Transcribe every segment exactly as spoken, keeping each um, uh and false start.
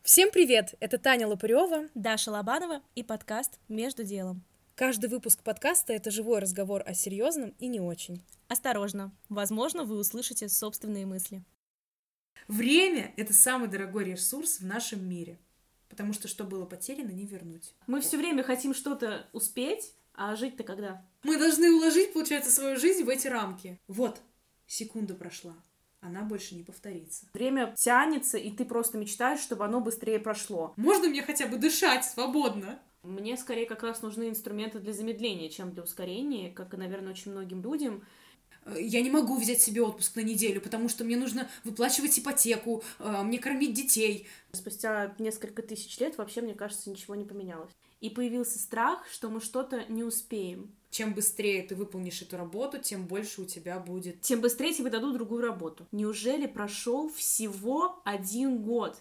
Всем привет! Это Таня Лопырева, Даша Лобанова и подкаст «Между делом». Каждый выпуск подкаста — это живой разговор о серьезном и не очень. Осторожно, возможно, вы услышите собственные мысли. Время — это самый дорогой ресурс в нашем мире, потому что что было потеряно, не вернуть. Мы все время хотим что-то успеть, а жить-то когда? Мы должны уложить, получается, свою жизнь в эти рамки. Вот, секунда прошла. Она больше не повторится. Время тянется, и ты просто мечтаешь, чтобы оно быстрее прошло. Можно мне хотя бы дышать свободно? Мне скорее как раз нужны инструменты для замедления, чем для ускорения, как и, наверное, очень многим людям. Я не могу взять себе отпуск на неделю, потому что мне нужно выплачивать ипотеку, мне кормить детей. Спустя несколько тысяч лет вообще, мне кажется, ничего не поменялось. И появился страх, что мы что-то не успеем. Чем быстрее ты выполнишь эту работу, тем больше у тебя будет... Тем быстрее тебе дадут другую работу. Неужели прошел всего один год?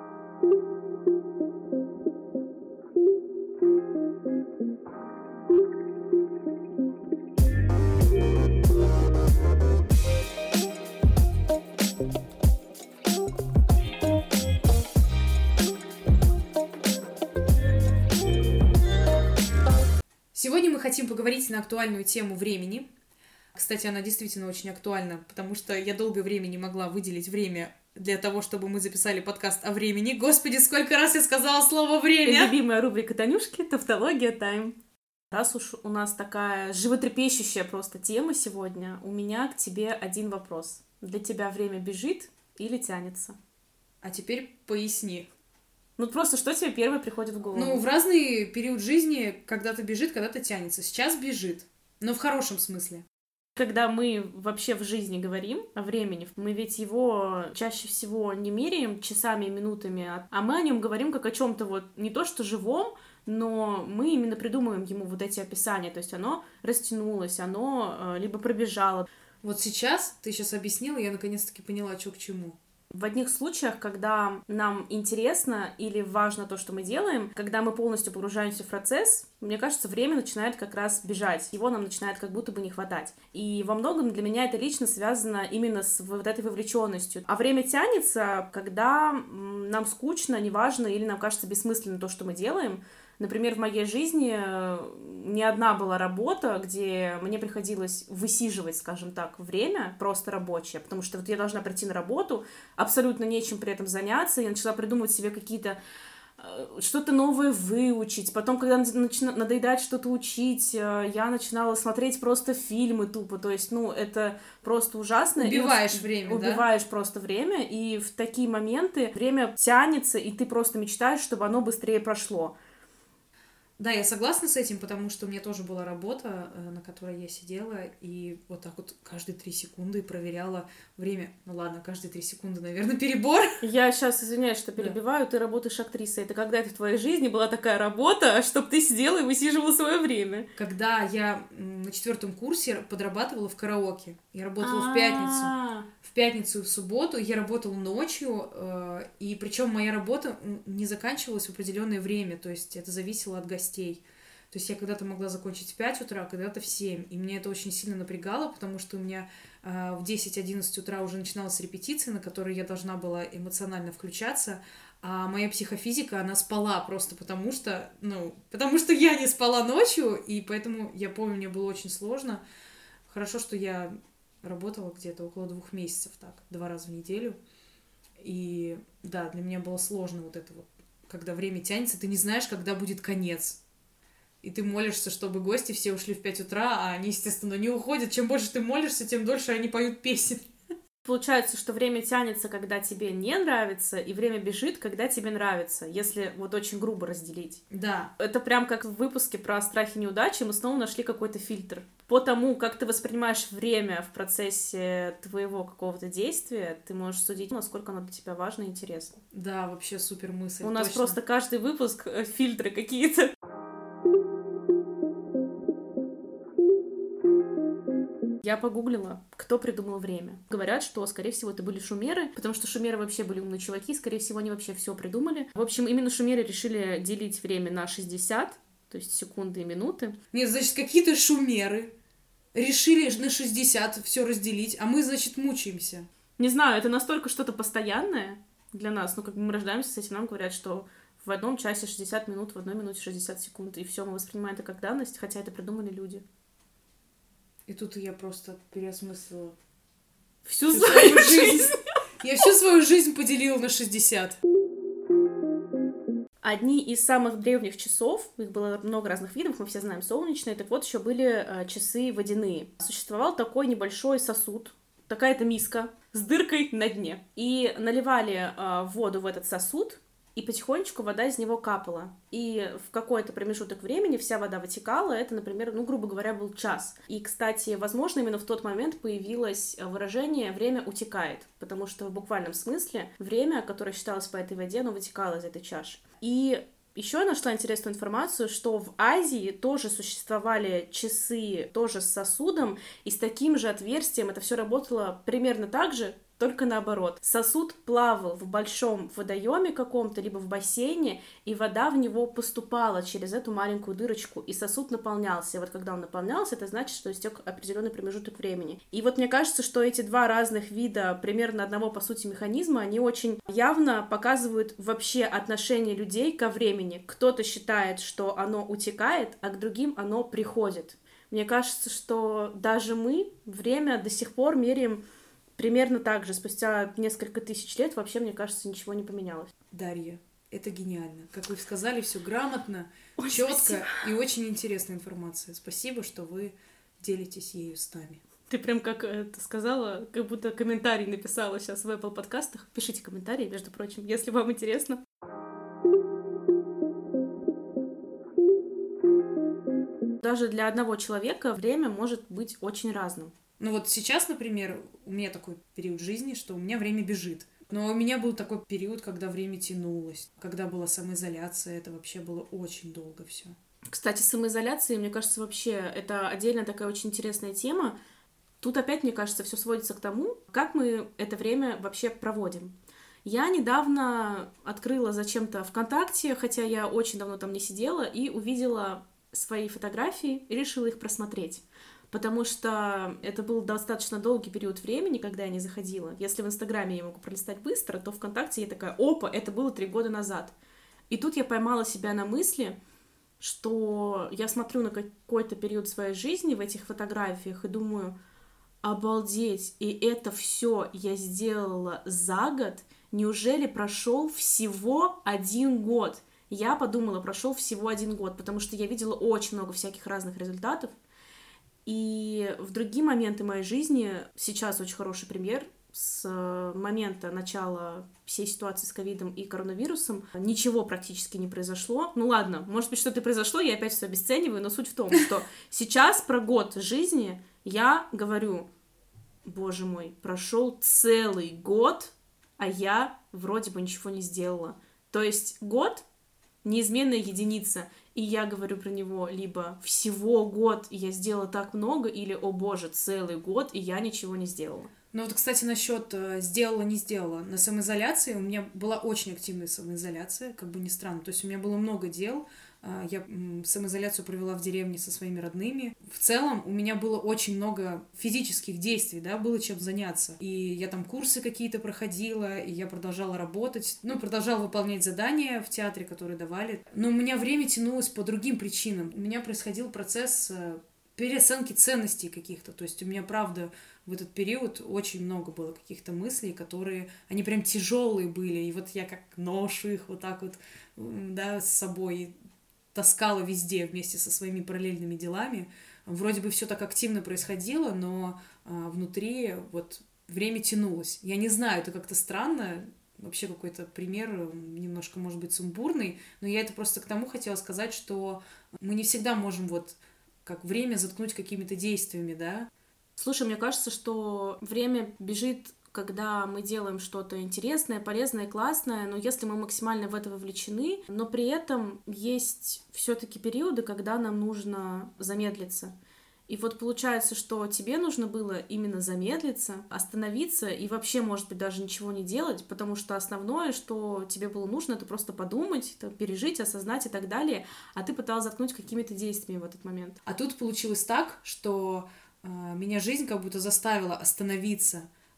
Сегодня мы хотим поговорить на актуальную тему времени. Кстати, она действительно очень актуальна, потому что я долгое время не могла выделить время для того, чтобы мы записали подкаст о времени. Господи, сколько раз я сказала слово «время». Любимая рубрика Танюшки — «Тавтология тайм». Раз уж у нас такая животрепещущая просто тема сегодня, у меня к тебе один вопрос. Для тебя время бежит или тянется? А теперь поясни. Ну, просто что тебе первое приходит в голову? Ну, в разный период жизни когда-то бежит, когда-то тянется. Сейчас бежит, но в хорошем смысле. Когда мы вообще в жизни говорим о времени, мы ведь его чаще всего не меряем часами и минутами, а мы о нем говорим как о чем-то вот не то что живом, но мы именно придумываем ему вот эти описания, то есть оно растянулось, оно либо пробежало. Вот сейчас ты сейчас объяснила, я наконец-таки поняла, что к чему. В одних случаях, когда нам интересно или важно то, что мы делаем, когда мы полностью погружаемся в процесс, мне кажется, время начинает как раз бежать. Его нам начинает как будто бы не хватать. И во многом для меня это лично связано именно с вот этой вовлеченностью. А время тянется, когда нам скучно, неважно или нам кажется бессмысленным то, что мы делаем. Например, в моей жизни не одна была работа, где мне приходилось высиживать, скажем так, время просто рабочее, потому что вот я должна прийти на работу, абсолютно нечем при этом заняться, я начала придумывать себе какие-то что-то новое выучить. Потом, когда начина... надоедает что-то учить, я начинала смотреть просто фильмы тупо. То есть, ну, это просто ужасно. Убиваешь и... время, Убиваешь да? Убиваешь просто время, и в такие моменты время тянется, и ты просто мечтаешь, чтобы оно быстрее прошло. Да, я согласна с этим, потому что у меня тоже была работа, на которой я сидела, и вот так вот каждые три секунды проверяла время. Ну ладно, каждые три секунды, наверное, перебор. Я сейчас извиняюсь, что перебиваю, да. Ты работаешь актрисой. Это когда это в твоей жизни была такая работа, чтобы ты сидела и высиживала свое время? Когда я на четвертом курсе подрабатывала в караоке. Я работала в пятницу. В пятницу и в субботу я работала ночью, и причем моя работа не заканчивалась в определенное время, то есть это зависело от гостей. То есть я когда-то могла закончить в пять утра, когда-то в семь, и меня это очень сильно напрягало, потому что у меня в десять-одиннадцать утра уже начиналась репетиция, на которой я должна была эмоционально включаться, а моя психофизика, она спала просто потому что, ну, потому что я не спала ночью, и поэтому, я помню, мне было очень сложно. Хорошо, что я работала где-то около двух месяцев, так, два раза в неделю. И да, для меня было сложно вот это вот, когда время тянется, ты не знаешь, когда будет конец. И ты молишься, чтобы гости все ушли в пять утра, а они, естественно, не уходят. Чем больше ты молишься, тем дольше они поют песен. Получается, что время тянется, когда тебе не нравится, и время бежит, когда тебе нравится, если вот очень грубо разделить. Да. Это прям как в выпуске про страхи и неудачи, мы снова нашли какой-то фильтр. По тому, как ты воспринимаешь время в процессе твоего какого-то действия, ты можешь судить, насколько оно для тебя важно и интересно. Да, вообще супер мысль. У нас точно. просто каждый выпуск фильтры какие-то. Я погуглила, кто придумал время. Говорят, что, скорее всего, это были шумеры, потому что шумеры вообще были умные чуваки, скорее всего, они вообще все придумали. В общем, именно шумеры решили делить время на шестьдесят, то есть секунды и минуты. Нет, значит, какие-то шумеры решили на шестьдесят все разделить, а мы, значит, мучаемся. Не знаю, это настолько что-то постоянное, для нас. Ну, как бы мы рождаемся с этим, нам говорят, что в одном часе шестьдесят минут, в одной минуте шестьдесят секунд, и все мы воспринимаем это как данность, хотя это придумали люди. И тут я просто переосмыслила всю, всю свою жизнь. жизнь. Я всю свою жизнь поделила на шестьдесят. Одни из самых древних часов, их было много разных видов, мы все знаем солнечные, так вот еще были э, часы водяные. Существовал такой небольшой сосуд, такая-то миска с дыркой на дне. И наливали э, воду в этот сосуд, и потихонечку вода из него капала. И в какой-то промежуток времени вся вода вытекала, это, например, ну, грубо говоря, был час. И, кстати, возможно, именно в тот момент появилось выражение «время утекает», потому что в буквальном смысле время, которое считалось по этой воде, оно вытекало из этой чаши. И еще я нашла интересную информацию, что в Азии тоже существовали часы, тоже с сосудом, и с таким же отверстием это все работало примерно так же, только наоборот. Сосуд плавал в большом водоеме каком-то, либо в бассейне, и вода в него поступала через эту маленькую дырочку, и сосуд наполнялся. И вот когда он наполнялся, это значит, что истек определенный промежуток времени. И вот мне кажется, что эти два разных вида примерно одного, по сути, механизма, они очень явно показывают вообще отношение людей ко времени. Кто-то считает, что оно утекает, а к другим оно приходит. Мне кажется, что даже мы время до сих пор меряем примерно так же, спустя несколько тысяч лет, вообще, мне кажется, ничего не поменялось. Дарья, это гениально. Как вы сказали, все грамотно, четко и очень интересная информация. Спасибо, что вы делитесь ею с нами. Ты прям как это сказала, как будто комментарий написала сейчас в Apple подкастах. Пишите комментарии, между прочим, если вам интересно. Даже для одного человека время может быть очень разным. Ну вот сейчас, например, у меня такой период жизни, что у меня время бежит. Но у меня был такой период, когда время тянулось, когда была самоизоляция, это вообще было очень долго все. Кстати, самоизоляция, мне кажется, вообще это отдельная такая очень интересная тема. Тут опять, мне кажется, все сводится к тому, как мы это время вообще проводим. Я недавно открыла зачем-то ВКонтакте, хотя я очень давно там не сидела, и увидела свои фотографии и решила их просмотреть. Потому что это был достаточно долгий период времени, когда я не заходила. Если в Инстаграме я могу пролистать быстро, то ВКонтакте я такая, опа, это было три года назад. И тут я поймала себя на мысли, что я смотрю на какой-то период своей жизни в этих фотографиях и думаю, обалдеть, и это все я сделала за год? Неужели прошел всего один год? Я подумала, прошел всего один год, потому что я видела очень много всяких разных результатов. И в другие моменты моей жизни, сейчас очень хороший пример, с момента начала всей ситуации с ковидом и коронавирусом ничего практически не произошло. Ну ладно, может быть, что-то произошло, я опять все обесцениваю, но суть в том, что сейчас про год жизни я говорю, боже мой, прошел целый год, а я вроде бы ничего не сделала. То есть год — неизменная единица. И я говорю про него либо всего год, и я сделала так много, или, о боже, целый год, и я ничего не сделала. Ну вот, кстати, насчет сделала, не сделала. На самоизоляции у меня была очень активная самоизоляция, как бы ни странно. То есть у меня было много дел. Я самоизоляцию провела в деревне со своими родными. В целом у меня было очень много физических действий, да, было чем заняться. И я там курсы какие-то проходила, и я продолжала работать, ну, продолжала выполнять задания в театре, которые давали. Но у меня время тянулось по другим причинам. У меня происходил процесс переоценки ценностей каких-то. То есть у меня, правда, в этот период очень много было каких-то мыслей, которые, они прям тяжелые были. И вот я как ношу их вот так вот, да, с собой таскала везде вместе со своими параллельными делами. Вроде бы все так активно происходило, но а, внутри вот время тянулось. Я не знаю, это как-то странно, вообще какой-то пример немножко, может быть, сумбурный, но я это просто к тому хотела сказать, что мы не всегда можем вот как время заткнуть какими-то действиями, да. Слушай, мне кажется, что время бежит, когда мы делаем что-то интересное, полезное, классное, но если мы максимально в это вовлечены, но при этом есть все-таки периоды, когда нам нужно замедлиться. И вот получается, что тебе нужно было именно замедлиться, остановиться и вообще, может быть, даже ничего не делать, потому что основное, что тебе было нужно, это просто подумать, это пережить, осознать и так далее, а ты пыталась заткнуть какими-то действиями в этот момент. А тут получилось так, что э, меня жизнь как будто заставила остановиться,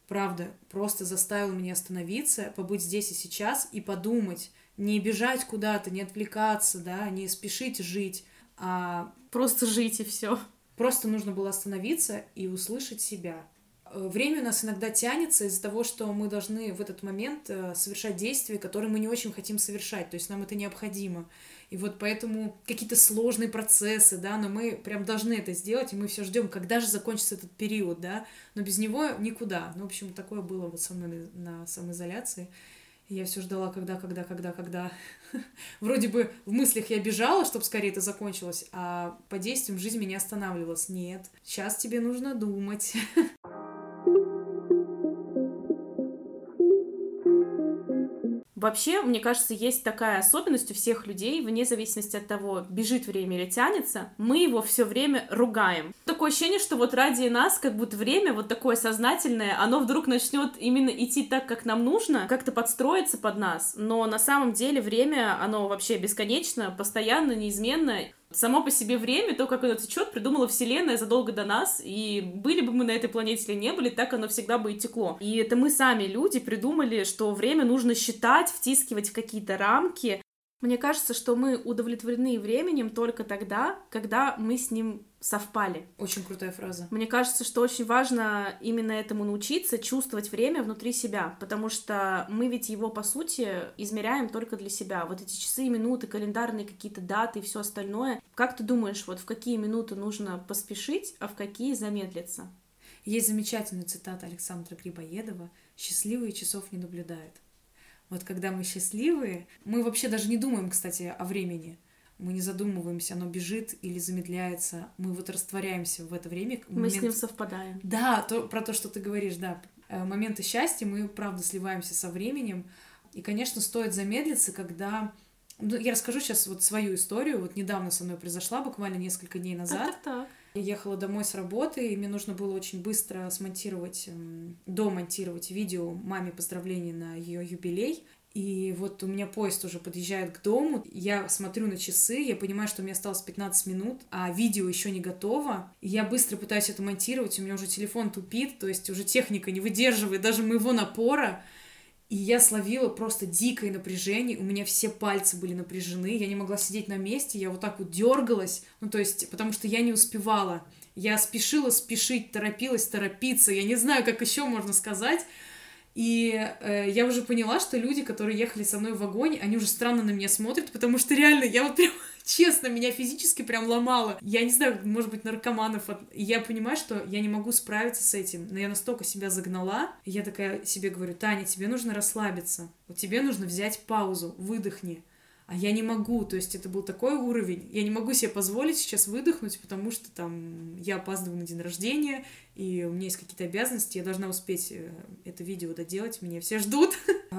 правда, просто заставил меня остановиться, побыть здесь и сейчас и подумать, не бежать куда-то, не отвлекаться, да, не спешить жить, а просто жить и все. Просто нужно было остановиться и услышать себя. Время у нас иногда тянется из-за того, что мы должны в этот момент совершать действия, которые мы не очень хотим совершать, то есть нам это необходимо. И вот поэтому какие-то сложные процессы, да, но мы прям должны это сделать, и мы все ждем, когда же закончится этот период, да, но без него никуда. Ну, в общем, такое было вот со мной на самоизоляции. И я все ждала, когда, когда, когда, когда. Вроде бы в мыслях я бежала, чтобы скорее это закончилось, а по действиям жизнь меня останавливалась. Нет, сейчас тебе нужно думать. Вообще, мне кажется, есть такая особенность у всех людей, вне зависимости от того, бежит время или тянется, мы его все время ругаем. Такое ощущение, что вот ради нас, как будто время вот такое сознательное, оно вдруг начнет именно идти так, как нам нужно, как-то подстроиться под нас. Но на самом деле время, оно вообще бесконечно, постоянно, неизменно. Само по себе время, то, как оно течет, придумала Вселенная задолго до нас, и были бы мы на этой планете или не были, так оно всегда бы и текло. И это мы сами, люди, придумали, что время нужно считать, втискивать в какие-то рамки. Мне кажется, что мы удовлетворены временем только тогда, когда мы с ним совпали. Очень крутая фраза. Мне кажется, что очень важно именно этому научиться, чувствовать время внутри себя, потому что мы ведь его, по сути, измеряем только для себя. Вот эти часы, минуты, календарные какие-то даты и все остальное. Как ты думаешь, вот в какие минуты нужно поспешить, а в какие замедлиться? Есть замечательная цитата Александра Грибоедова: «Счастливые часов не наблюдают». Вот когда мы счастливые, мы вообще даже не думаем, кстати, о времени. Мы не задумываемся, оно бежит или замедляется. Мы вот растворяемся в это время. Мы момент... с ним совпадаем. Да, то, про то, что ты говоришь, да. Моменты счастья, мы, правда, сливаемся со временем. И, конечно, стоит замедлиться, когда... Ну, я расскажу сейчас вот свою историю. Вот недавно со мной произошла, буквально несколько дней назад. Так, так, так. Я ехала домой с работы, и мне нужно было очень быстро смонтировать, домонтировать видео маме поздравления на ее юбилей. И вот у меня поезд уже подъезжает к дому, я смотрю на часы, я понимаю, что у меня осталось пятнадцать минут, а видео еще не готово. И я быстро пытаюсь это монтировать, у меня уже телефон тупит, то есть уже техника не выдерживает даже моего напора. И я словила просто дикое напряжение, у меня все пальцы были напряжены, я не могла сидеть на месте, я вот так вот дергалась, ну то есть, потому что я не успевала. Я спешила спешить, торопилась торопиться, я не знаю, как еще можно сказать. И э, я уже поняла, что люди, которые ехали со мной в вагоне, они уже странно на меня смотрят, потому что реально, я вот прям, честно, меня физически прям ломало. Я не знаю, может быть, наркоманов. От... И я понимаю, что я не могу справиться с этим, но я настолько себя загнала. И я такая себе говорю: Таня, тебе нужно расслабиться, вот тебе нужно взять паузу, выдохни. А я не могу, то есть это был такой уровень. Я не могу себе позволить сейчас выдохнуть, потому что там я опаздываю на день рождения, и у меня есть какие-то обязанности, я должна успеть это видео доделать, меня все ждут.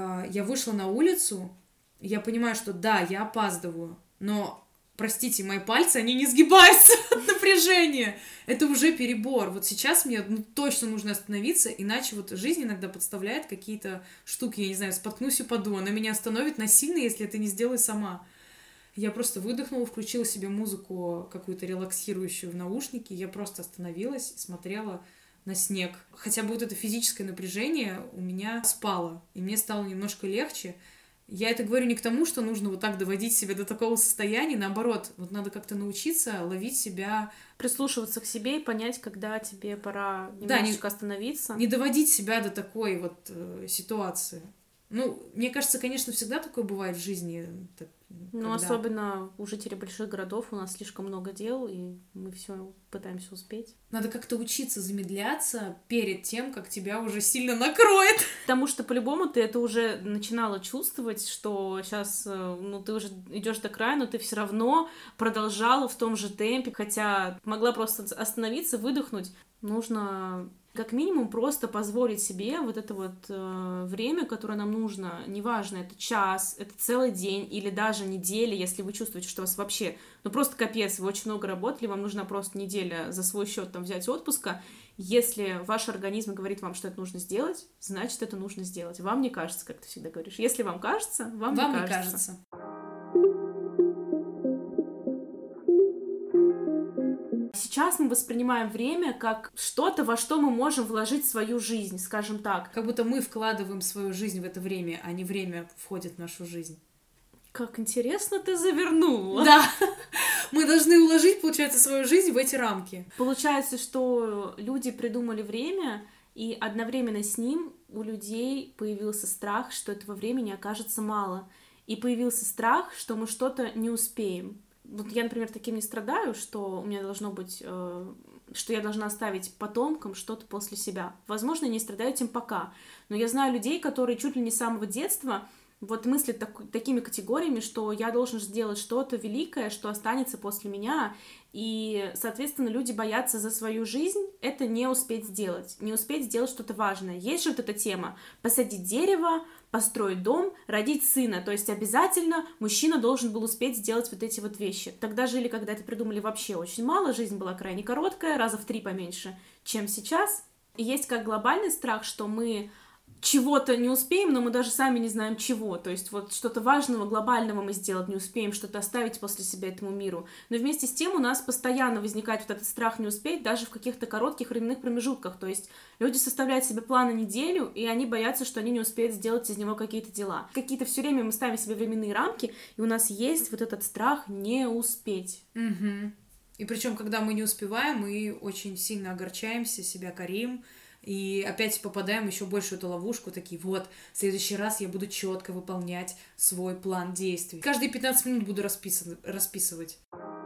Я вышла на улицу, я понимаю, что да, я опаздываю, но, простите, мои пальцы, они не сгибаются от напряжения. Это уже перебор. Вот сейчас мне ну, точно нужно остановиться, иначе вот жизнь иногда подставляет какие-то штуки, я не знаю, споткнусь, упаду, она меня остановит насильно, если это не сделаю сама. Я просто выдохнула, включила себе музыку какую-то релаксирующую в наушники, я просто остановилась, смотрела на снег. Хотя бы вот это физическое напряжение у меня спало, и мне стало немножко легче. Я это говорю не к тому, что нужно вот так доводить себя до такого состояния, наоборот, вот надо как-то научиться ловить себя... Прислушиваться к себе и понять, когда тебе пора немножечко да, не, остановиться. Не доводить себя до такой вот э, ситуации. Ну, мне кажется, конечно, всегда такое бывает в жизни. Так, ну, когда... особенно у жителей больших городов у нас слишком много дел, и мы все пытаемся успеть. Надо как-то учиться замедляться перед тем, как тебя уже сильно накроет. Потому что по-любому ты это уже начинала чувствовать, что сейчас, ну, ты уже идешь до края, но ты все равно продолжала в том же темпе, хотя могла просто остановиться, выдохнуть. Нужно как минимум просто позволить себе вот это вот э, время, которое нам нужно, неважно, это час, это целый день или даже неделя, если вы чувствуете, что у вас вообще, ну просто капец, вы очень много работали, вам нужна просто неделя за свой счет там взять отпуска. Если ваш организм говорит вам, что это нужно сделать, значит, это нужно сделать. Вам не кажется, как ты всегда говоришь. Если вам кажется, вам, вам не не кажется. кажется. сейчас мы воспринимаем время как что-то, во что мы можем вложить свою жизнь, скажем так. Как будто мы вкладываем свою жизнь в это время, а не время входит в нашу жизнь. Как интересно ты завернула. Да, мы должны уложить, получается, свою жизнь в эти рамки. Получается, что люди придумали время, и одновременно с ним у людей появился страх, что этого времени окажется мало. И появился страх, что мы что-то не успеем. Вот я, например, таким не страдаю, что у меня должно быть, э, что я должна оставить потомкам что-то после себя. Возможно, я не страдаю этим пока. Но я знаю людей, которые чуть ли не с самого детства вот мыслят так, такими категориями, что я должен сделать что-то великое, что останется после меня, и, соответственно, люди боятся за свою жизнь это не успеть сделать, не успеть сделать что-то важное. Есть же вот эта тема посадить дерево, построить дом, родить сына, то есть обязательно мужчина должен был успеть сделать вот эти вот вещи. Тогда жили, когда это придумали, вообще очень мало, жизнь была крайне короткая, раза в три поменьше, чем сейчас. И есть как глобальный страх, что мы чего-то не успеем, но мы даже сами не знаем чего. То есть вот что-то важного, глобального мы сделать не успеем, что-то оставить после себя этому миру. Но вместе с тем у нас постоянно возникает вот этот страх не успеть, даже в каких-то коротких временных промежутках. То есть люди составляют себе план на неделю, и они боятся, что они не успеют сделать из него какие-то дела. Какие-то все время мы ставим себе временные рамки, и у нас есть вот этот страх не успеть. Угу. И причем, когда мы не успеваем, мы очень сильно огорчаемся, себя корим, и опять попадаем еще больше в эту ловушку, такие, вот, в следующий раз я буду четко выполнять свой план действий. Каждые пятнадцать минут буду расписан... расписывать.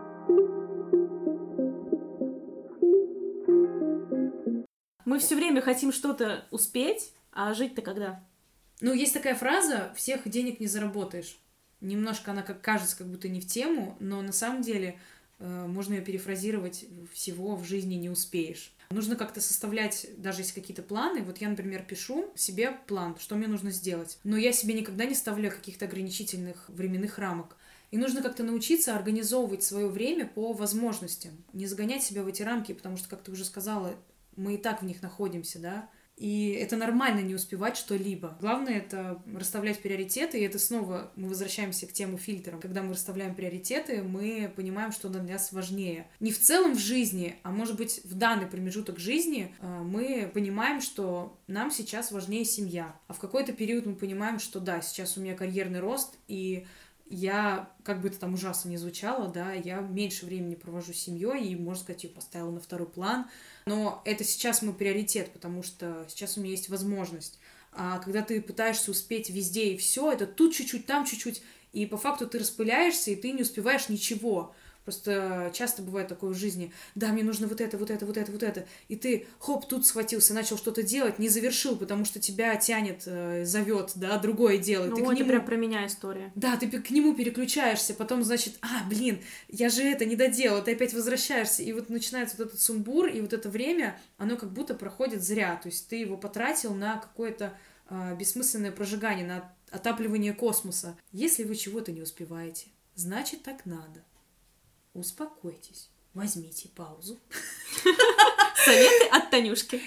Мы все время хотим что-то успеть, а жить-то когда? Ну, есть такая фраза «всех денег не заработаешь». Немножко она как кажется, как будто не в тему, но на самом деле э, можно ее перефразировать: «всего в жизни не успеешь». Нужно как-то составлять, даже если какие-то планы. Вот я, например, пишу себе план, что мне нужно сделать. Но я себе никогда не ставлю каких-то ограничительных временных рамок. И нужно как-то научиться организовывать свое время по возможностям. Не загонять себя в эти рамки, потому что, как ты уже сказала, мы и так в них находимся, да. И это нормально не успевать что-либо. Главное — это расставлять приоритеты, и это снова мы возвращаемся к тему фильтров. Когда мы расставляем приоритеты, мы понимаем, что для нас важнее. Не в целом в жизни, а может быть в данный промежуток жизни мы понимаем, что нам сейчас важнее семья. А в какой-то период мы понимаем, что да, сейчас у меня карьерный рост, и я, как бы это там ужасно не звучало, да, я меньше времени провожу с семьей и, можно сказать, ее поставила на второй план. Но это сейчас мой приоритет, потому что сейчас у меня есть возможность. А когда ты пытаешься успеть везде и все, это тут чуть-чуть, там чуть-чуть, и по факту ты распыляешься, и ты не успеваешь ничего. Просто часто бывает такое в жизни: да, мне нужно вот это, вот это, вот это, вот это. И ты, хоп, тут схватился, начал что-то делать, не завершил, потому что тебя тянет, э, зовет, да, другое дело. Ну, ты это к нему... прям про меня история. Да, ты к нему переключаешься, потом, значит, а, блин, я же это не доделал, ты опять возвращаешься. И вот начинается вот этот сумбур, и вот это время, оно как будто проходит зря. То есть ты его потратил на какое-то э, бессмысленное прожигание, на отапливание космоса. Если вы чего-то не успеваете, значит, так надо. Успокойтесь, возьмите паузу. Советы от Танюшки.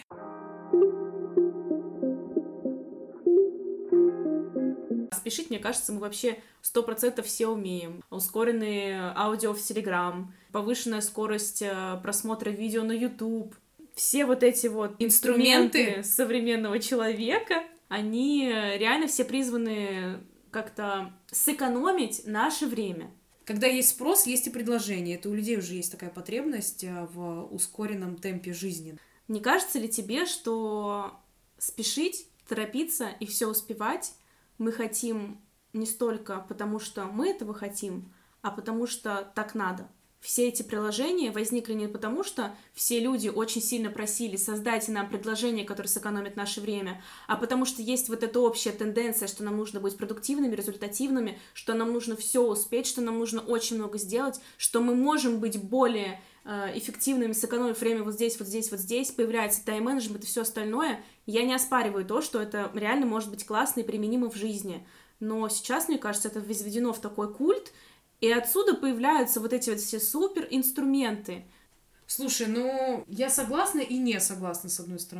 Спешить, мне кажется, мы вообще сто процентов все умеем. Ускоренный аудио в Telegram, повышенная скорость просмотра видео на YouTube. Все вот эти вот инструменты, инструменты современного человека, они реально все призваны как-то сэкономить наше время. Когда есть спрос, есть и предложение. Это у людей уже есть такая потребность в ускоренном темпе жизни. Не кажется ли тебе, что спешить, торопиться и все успевать мы хотим не столько потому, что мы этого хотим, а потому что так надо? Все эти приложения возникли не потому, что все люди очень сильно просили: создайте нам предложение, которое сэкономит наше время, а потому что есть вот эта общая тенденция, что нам нужно быть продуктивными, результативными, что нам нужно все успеть, что нам нужно очень много сделать, что мы можем быть более э, эффективными, сэкономив время вот здесь, вот здесь, вот здесь, появляется тайм-менеджмент и все остальное. Я не оспариваю то, что это реально может быть классно и применимо в жизни, но сейчас, мне кажется, это возведено в такой культ, и отсюда появляются вот эти вот все суперинструменты. Слушай, ну, я согласна и не согласна, с одной стороны.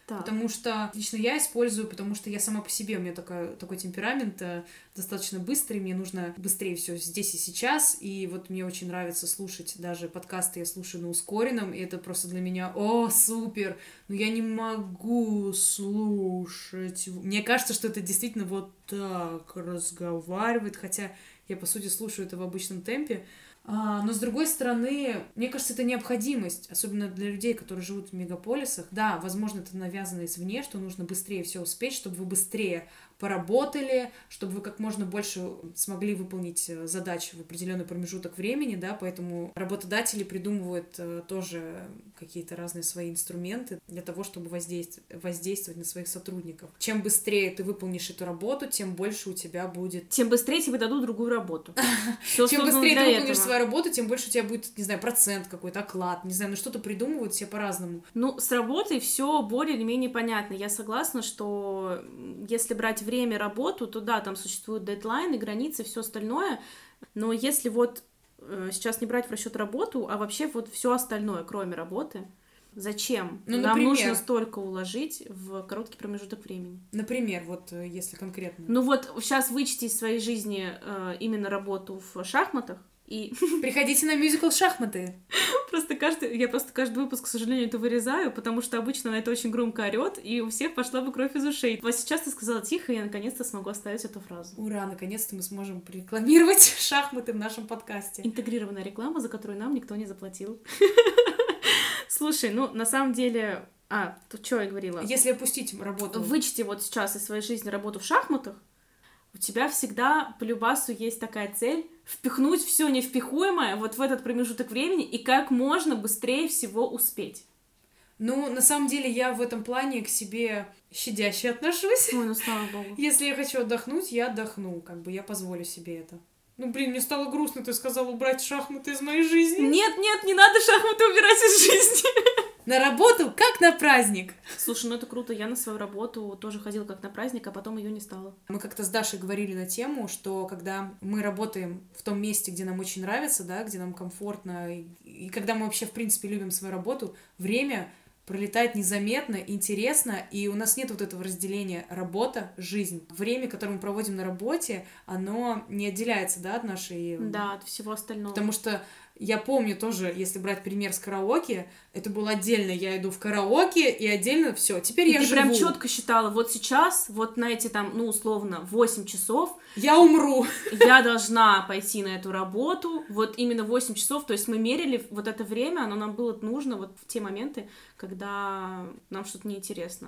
Так. Потому что лично я использую, потому что я сама по себе, у меня такая, такой темперамент достаточно быстрый, мне нужно быстрее все здесь и сейчас, и вот мне очень нравится слушать даже подкасты, я слушаю на ускоренном, и это просто для меня, о, супер, но я не могу слушать. Мне кажется, что это действительно вот так разговаривает, хотя я, по сути, слушаю это в обычном темпе. А, но, с другой стороны, мне кажется, это необходимость, особенно для людей, которые живут в мегаполисах. Да, возможно, это навязано извне, что нужно быстрее все успеть, чтобы вы быстрее поработали, чтобы вы как можно больше смогли выполнить задачи в определенный промежуток времени, да, поэтому работодатели придумывают тоже какие-то разные свои инструменты для того, чтобы воздействовать, воздействовать на своих сотрудников. Чем быстрее ты выполнишь эту работу, тем больше у тебя будет... Тем быстрее тебе дадут другую работу. Чем быстрее ты выполнишь свою работу, тем больше у тебя будет, не знаю, процент какой-то, оклад, не знаю, ну что-то придумывают все по-разному. Ну, с работой все более или менее понятно. Я согласна, что если брать время, работу, то да, там существуют дедлайны, границы, все остальное. Но если вот э, сейчас не брать в расчет работу, а вообще вот все остальное, кроме работы, зачем? Ну, Нам например, нужно столько уложить в короткий промежуток времени. Например, вот если конкретно. Ну вот сейчас вычти из своей жизни э, именно работу в шахматах. И... Приходите на мюзикл «Шахматы». Просто каждый, я просто каждый выпуск, к сожалению, это вырезаю, потому что обычно на это очень громко орёт, и у всех пошла бы кровь из ушей. Вот сейчас ты сказала тихо, и я наконец-то смогу оставить эту фразу. Ура, наконец-то мы сможем рекламировать шахматы в нашем подкасте. Интегрированная реклама, за которую нам никто не заплатил. Слушай, ну, на самом деле... А, тут что я говорила? Если опустить работу... Вычти вот сейчас из своей жизни работу в шахматах, у тебя всегда по любасу есть такая цель впихнуть все невпихуемое вот в этот промежуток времени и как можно быстрее всего успеть. Ну, на самом деле, я в этом плане к себе щадяще отношусь. Ой, ну слава богу. Если я хочу отдохнуть, я отдохну, как бы я позволю себе это. Ну, блин, мне стало грустно, ты сказала убрать шахматы из моей жизни. Нет, нет, не надо шахматы убирать из жизни. На работу, как на праздник. Слушай, ну это круто. Я на свою работу тоже ходила как на праздник, а потом ее не стало. Мы как-то с Дашей говорили на тему, что когда мы работаем в том месте, где нам очень нравится, да, где нам комфортно, и, и когда мы вообще, в принципе, любим свою работу, время пролетает незаметно, интересно, и у нас нет вот этого разделения работа, жизнь. Время, которое мы проводим на работе, оно не отделяется, да, от нашей... Да, от всего остального. Потому что я помню тоже, если брать пример с караоке, это было отдельно. Я иду в караоке, и отдельно все. Теперь и я ты живу. Прям четко считала, вот сейчас, вот на эти там, ну, условно, восемь часов... Я умру. Я должна пойти на эту работу, вот именно восемь часов, то есть мы мерили вот это время, оно нам было нужно вот в те моменты, когда нам что-то неинтересно.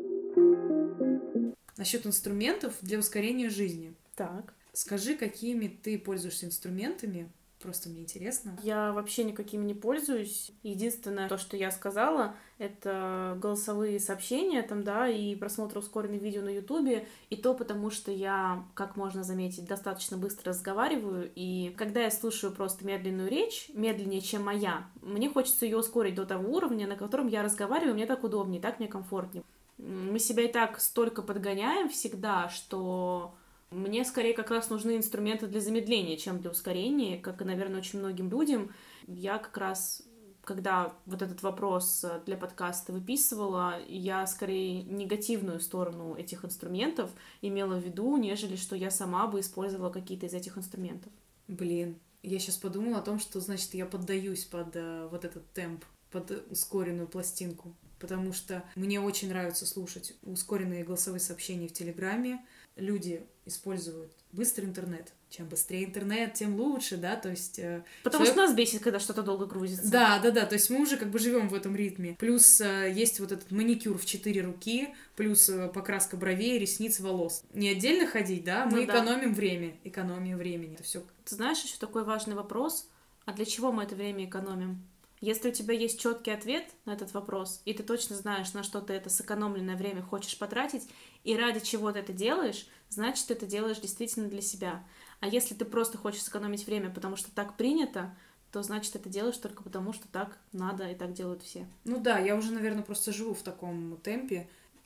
Насчет инструментов для ускорения жизни. Так. Скажи, какими ты пользуешься инструментами? Просто мне интересно. Я вообще никакими не пользуюсь. Единственное, то, что я сказала, это голосовые сообщения там, да, и просмотр ускоренных видео на Ютубе, и то потому, что я, как можно заметить, достаточно быстро разговариваю, и когда я слушаю просто медленную речь, медленнее, чем моя, мне хочется ее ускорить до того уровня, на котором я разговариваю, мне так удобнее, так мне комфортнее. Мы себя и так столько подгоняем всегда, что... Мне скорее как раз нужны инструменты для замедления, чем для ускорения, как и, наверное, очень многим людям. Я как раз, когда вот этот вопрос для подкаста выписывала, я скорее негативную сторону этих инструментов имела в виду, нежели что я сама бы использовала какие-то из этих инструментов. Блин, я сейчас подумала о том, что, значит, я поддаюсь под uh, вот этот темп, под ускоренную пластинку, потому что мне очень нравится слушать ускоренные голосовые сообщения в Телеграме. Люди используют быстрый интернет. Чем быстрее интернет, тем лучше, да, то есть... Э, Потому человек... что нас бесит, когда что-то долго грузится. Да, да, да, то есть мы уже как бы живем в этом ритме. Плюс э, есть вот этот маникюр в четыре руки, плюс э, покраска бровей, ресниц, волос. Не отдельно ходить, да, мы ну, экономим да. время, экономия времени. Это все. Ты знаешь, еще такой важный вопрос, а для чего мы это время экономим? Если у тебя есть четкий ответ на этот вопрос, и ты точно знаешь, на что ты это сэкономленное время хочешь потратить, и ради чего ты это делаешь, значит, ты это делаешь действительно для себя. А если ты просто хочешь сэкономить время, потому что так принято, то значит, это делаешь только потому, что так надо и так делают все. Ну да, я уже, наверное, просто живу в таком темпе.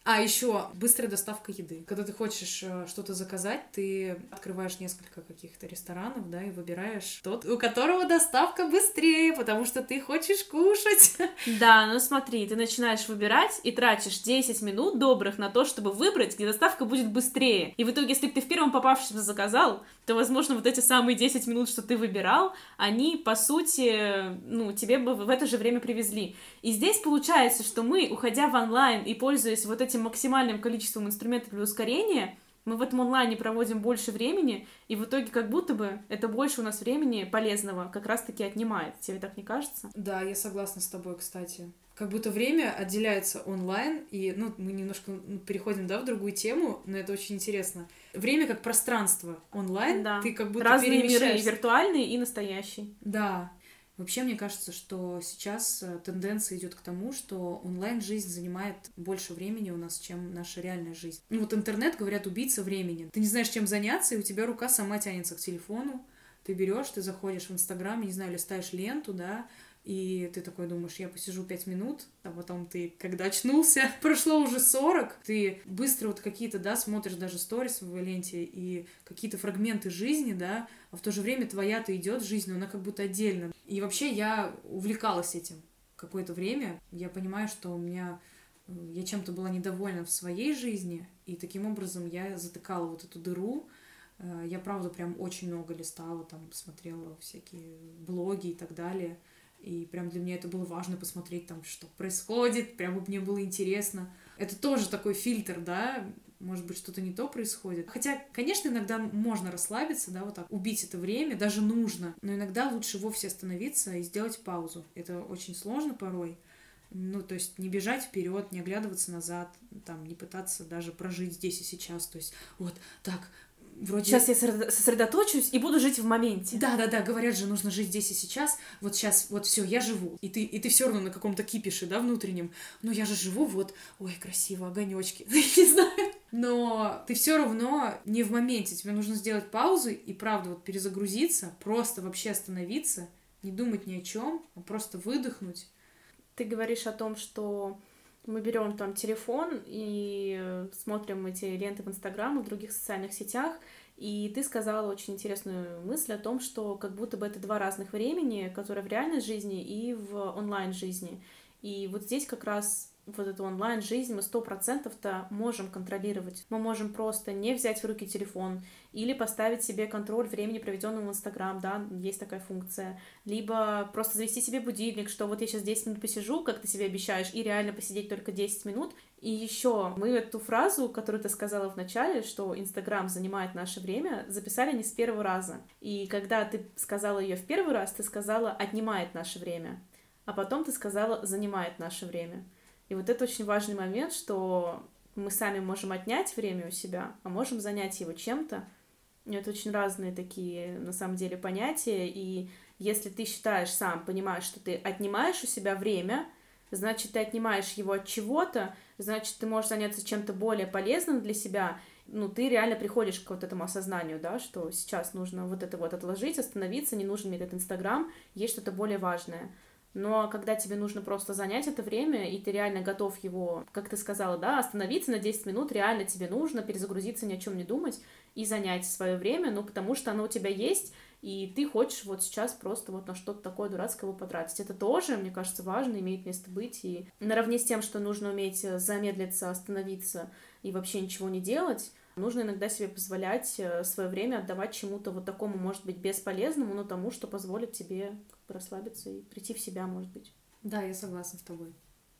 А еще быстрая доставка еды. Когда ты хочешь э, что-то заказать, ты открываешь несколько каких-то ресторанов, да, и выбираешь тот, у которого доставка быстрее, потому что ты хочешь кушать. Да, ну смотри, ты начинаешь выбирать и тратишь десять минут добрых на то, чтобы выбрать, где доставка будет быстрее. И в итоге, если ты в первом попавшемся заказал, то, возможно, вот эти самые десять минут, что ты выбирал, они, по сути, ну, тебе бы в это же время привезли. И здесь получается, что мы, уходя в онлайн и пользуясь вот этим максимальным количеством инструментов для ускорения, мы в этом онлайне проводим больше времени, и в итоге как будто бы это больше у нас времени полезного как раз-таки отнимает. Тебе так не кажется? Да, я согласна с тобой, кстати. Как будто время отделяется онлайн, и, ну, мы немножко переходим, да, в другую тему, но это очень интересно. Время как пространство онлайн, да. Ты как будто разные перемещаешься. Миры, виртуальный и настоящий. Да. Вообще, мне кажется, что сейчас тенденция идет к тому, что онлайн-жизнь занимает больше времени у нас, чем наша реальная жизнь. Ну вот интернет, говорят, убийца времени. Ты не знаешь, чем заняться, и у тебя рука сама тянется к телефону. Ты берешь, ты заходишь в Инстаграм, не знаю, листаешь ленту, да, и ты такой думаешь, я посижу пять минут, а потом ты, когда очнулся, прошло уже сорок, ты быстро вот какие-то, да, смотришь даже сторис в ленте и какие-то фрагменты жизни, да, а в то же время твоя-то идет жизнь, но она как будто отдельно. И вообще я увлекалась этим какое-то время. Я понимаю, что у меня я чем-то была недовольна в своей жизни, и таким образом я затыкала вот эту дыру. Я, правда, прям очень много листала, там, смотрела всякие блоги и так далее. И прям для меня это было важно посмотреть там, что происходит, прям мне было интересно. Это тоже такой фильтр, да, может быть, что-то не то происходит. Хотя, конечно, иногда можно расслабиться, да, вот так, убить это время, даже нужно, но иногда лучше вовсе остановиться и сделать паузу. Это очень сложно порой. Ну, то есть не бежать вперед, не оглядываться назад, там, не пытаться даже прожить здесь и сейчас. То есть вот так... Вроде... Сейчас я сосредоточусь и буду жить в моменте. Да-да-да, говорят же, нужно жить здесь и сейчас. Вот сейчас, вот все, я живу. И ты, и ты все равно на каком-то кипише, да, внутреннем. Ну, я же живу, вот, ой, красиво, огонечки. Не знаю. Но ты все равно не в моменте. Тебе нужно сделать паузу и, правда, вот перезагрузиться, просто вообще остановиться, не думать ни о чем, а просто выдохнуть. Ты говоришь о том, что мы берем там телефон и смотрим эти ленты в Инстаграм и в других социальных сетях, и ты сказала очень интересную мысль о том, что как будто бы это два разных времени, которые в реальной жизни и в онлайн-жизни. И вот здесь как раз вот эту онлайн-жизнь мы сто процентов-то можем контролировать. Мы можем просто не взять в руки телефон или поставить себе контроль времени, проведенного в Инстаграм, да, есть такая функция. Либо просто завести себе будильник, что вот я сейчас десять минут посижу, как ты себе обещаешь, и реально посидеть только десять минут. И еще мы эту фразу, которую ты сказала в начале, что Инстаграм занимает наше время, записали не с первого раза. И когда ты сказала ее в первый раз, ты сказала «отнимает наше время», а потом ты сказала «занимает наше время». И вот это очень важный момент, что мы сами можем отнять время у себя, а можем занять его чем-то. И это очень разные такие, на самом деле, понятия. И если ты считаешь сам, понимаешь, что ты отнимаешь у себя время, значит, ты отнимаешь его от чего-то, значит, ты можешь заняться чем-то более полезным для себя. Ну, ты реально приходишь к вот этому осознанию, да, что сейчас нужно вот это вот отложить, остановиться, не нужен мне этот Инстаграм, есть что-то более важное. Но когда тебе нужно просто занять это время, и ты реально готов его, как ты сказала, да, остановиться на десять минут, реально тебе нужно перезагрузиться, ни о чем не думать и занять свое время, ну, потому что оно у тебя есть, и ты хочешь вот сейчас просто вот на что-то такое дурацкое его потратить. Это тоже, мне кажется, важно, имеет место быть, и наравне с тем, что нужно уметь замедлиться, остановиться и вообще ничего не делать, нужно иногда себе позволять свое время отдавать чему-то вот такому, может быть, бесполезному, но тому, что позволит тебе расслабиться и прийти в себя, может быть. Да, я согласна с тобой.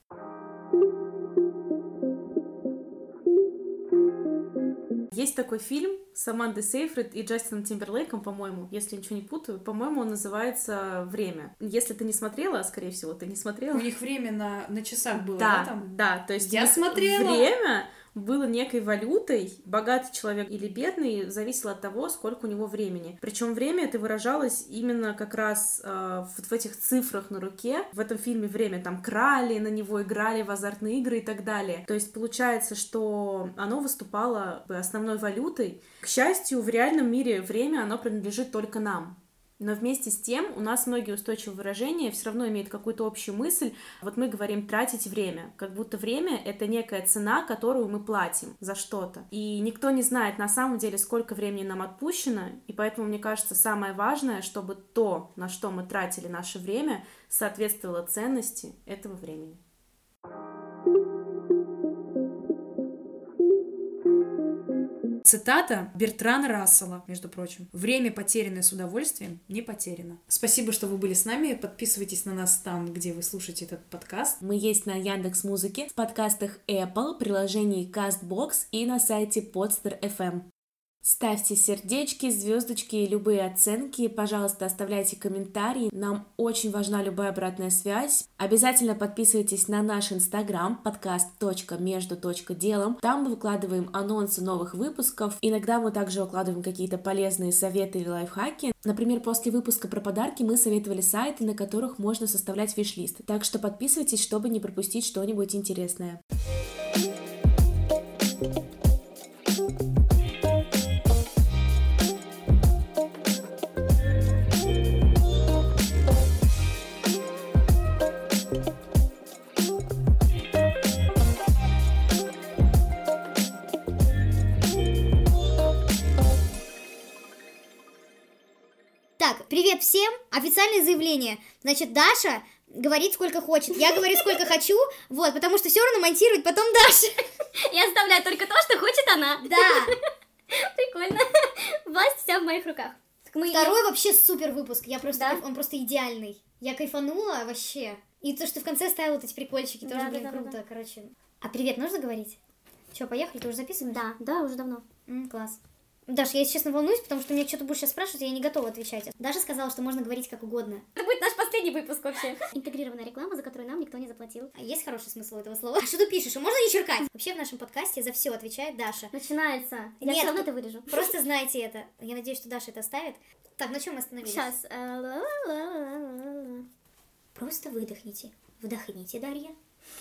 Есть такой фильм с Амандой Сейфрид и Джастином Тимберлейком, по-моему, если я ничего не путаю, по-моему, он называется «Время». Если ты не смотрела, а, скорее всего, ты не смотрела. У них время на, на часах было, да, да, там? Да, то есть я смотрела. Время было некой валютой, богатый человек или бедный, зависело от того, сколько у него времени. Причем время это выражалось именно как раз э, в, в этих цифрах на руке. В этом фильме время там крали на него, играли в азартные игры и так далее. То есть получается, что оно выступало основной валютой. К счастью, в реальном мире время, оно принадлежит только нам. Но вместе с тем у нас многие устойчивые выражения все равно имеют какую-то общую мысль. Вот мы говорим «тратить время», как будто время — это некая цена, которую мы платим за что-то. И никто не знает на самом деле, сколько времени нам отпущено, и поэтому, мне кажется, самое важное, чтобы то, на что мы тратили наше время, соответствовало ценности этого времени. Цитата Бертрана Рассела, между прочим. «Время, потерянное с удовольствием, не потеряно». Спасибо, что вы были с нами. Подписывайтесь на нас там, где вы слушаете этот подкаст. Мы есть на Яндекс.Музыке, в подкастах Apple, приложении Castbox и на сайте Podster точка эф эм. Ставьте сердечки, звездочки и любые оценки. Пожалуйста, оставляйте комментарии. Нам очень важна любая обратная связь. Обязательно подписывайтесь на наш инстаграм подкаст точка между точка делом. Там мы выкладываем анонсы новых выпусков. Иногда мы также выкладываем какие-то полезные советы или лайфхаки. Например, после выпуска про подарки мы советовали сайты, на которых можно составлять виш-лист. Так что подписывайтесь, чтобы не пропустить что-нибудь интересное. Так, привет всем! Официальное заявление. Значит, Даша говорит сколько хочет, я говорю сколько хочу, вот, потому что все равно монтировать потом Даша. Я оставляю только то, что хочет она. Да. Прикольно. Власть вся в моих руках. Так мы... Второй вообще супер выпуск, я просто, Да? кайф... он просто идеальный. Я кайфанула вообще. И то, что в конце ставила вот эти прикольчики, тоже, Да, блин, да, да, круто, да. короче. А привет нужно говорить? Че, поехали, ты уже записываешь? Да, да, уже давно. М, класс. Даш, я, если честно, волнуюсь, потому что меня что-то будешь сейчас спрашивать, и я не готова отвечать. Даша сказала, что можно говорить как угодно. Это будет наш последний выпуск вообще. Интегрированная реклама, за которую нам никто не заплатил. А есть хороший смысл этого слова? А что ты пишешь? А можно не черкать? Вообще в нашем подкасте за все отвечает Даша. Начинается. Я Нет, все равно это вырежу. Просто знайте это. Я надеюсь, что Даша это оставит. Так, на чем мы остановились? Сейчас. Ла-ла-ла-ла-ла-ла. Просто выдохните. Вдохните, Дарья.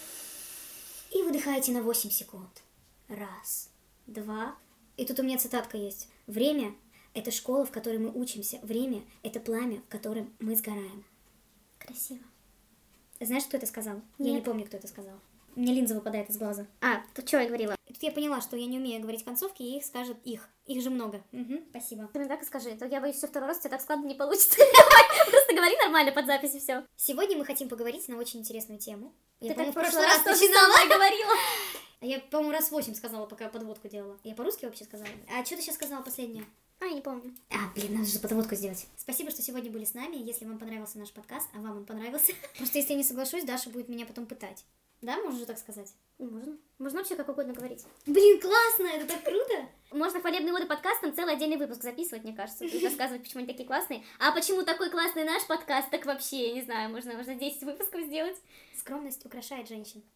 И выдыхайте на восемь секунд. Раз, два. И тут у меня цитатка есть. Время — это школа, в которой мы учимся. Время — это пламя, в котором мы сгораем. Красиво. Знаешь, кто это сказал? Я Нет. не помню, кто это сказал. У меня линза выпадает из глаза. А, тут что я говорила? И тут я поняла, что я не умею говорить концовки, и их скажет их. Их же много. Угу, спасибо. Ты мне так и скажи, то я боюсь, что второй раз у тебя так складно не получится. Давай, просто говори нормально под запись и все. Сегодня мы хотим поговорить на очень интересную тему. Я, Ты по-моему, так в прошлый раз тоже начинала. самое говорила. А я, по-моему, раз восемь сказала, пока я подводку делала. Я по-русски вообще сказала. А что ты сейчас сказала последнее? А, я не помню. А, блин, надо же подводку сделать. Спасибо, что сегодня были с нами. Если вам понравился наш подкаст, а вам он понравился, просто если я не соглашусь, Даша будет меня потом пытать. Да, можно же так сказать? Можно. Можно вообще как угодно говорить. Блин, классно, это так круто. Можно хвалебные оды подкастом целый отдельный выпуск записывать, мне кажется, и рассказывать, почему они такие классные. А почему такой классный наш подкаст, так вообще, я не знаю, можно, можно десять выпусков сделать. Скромность украшает женщин.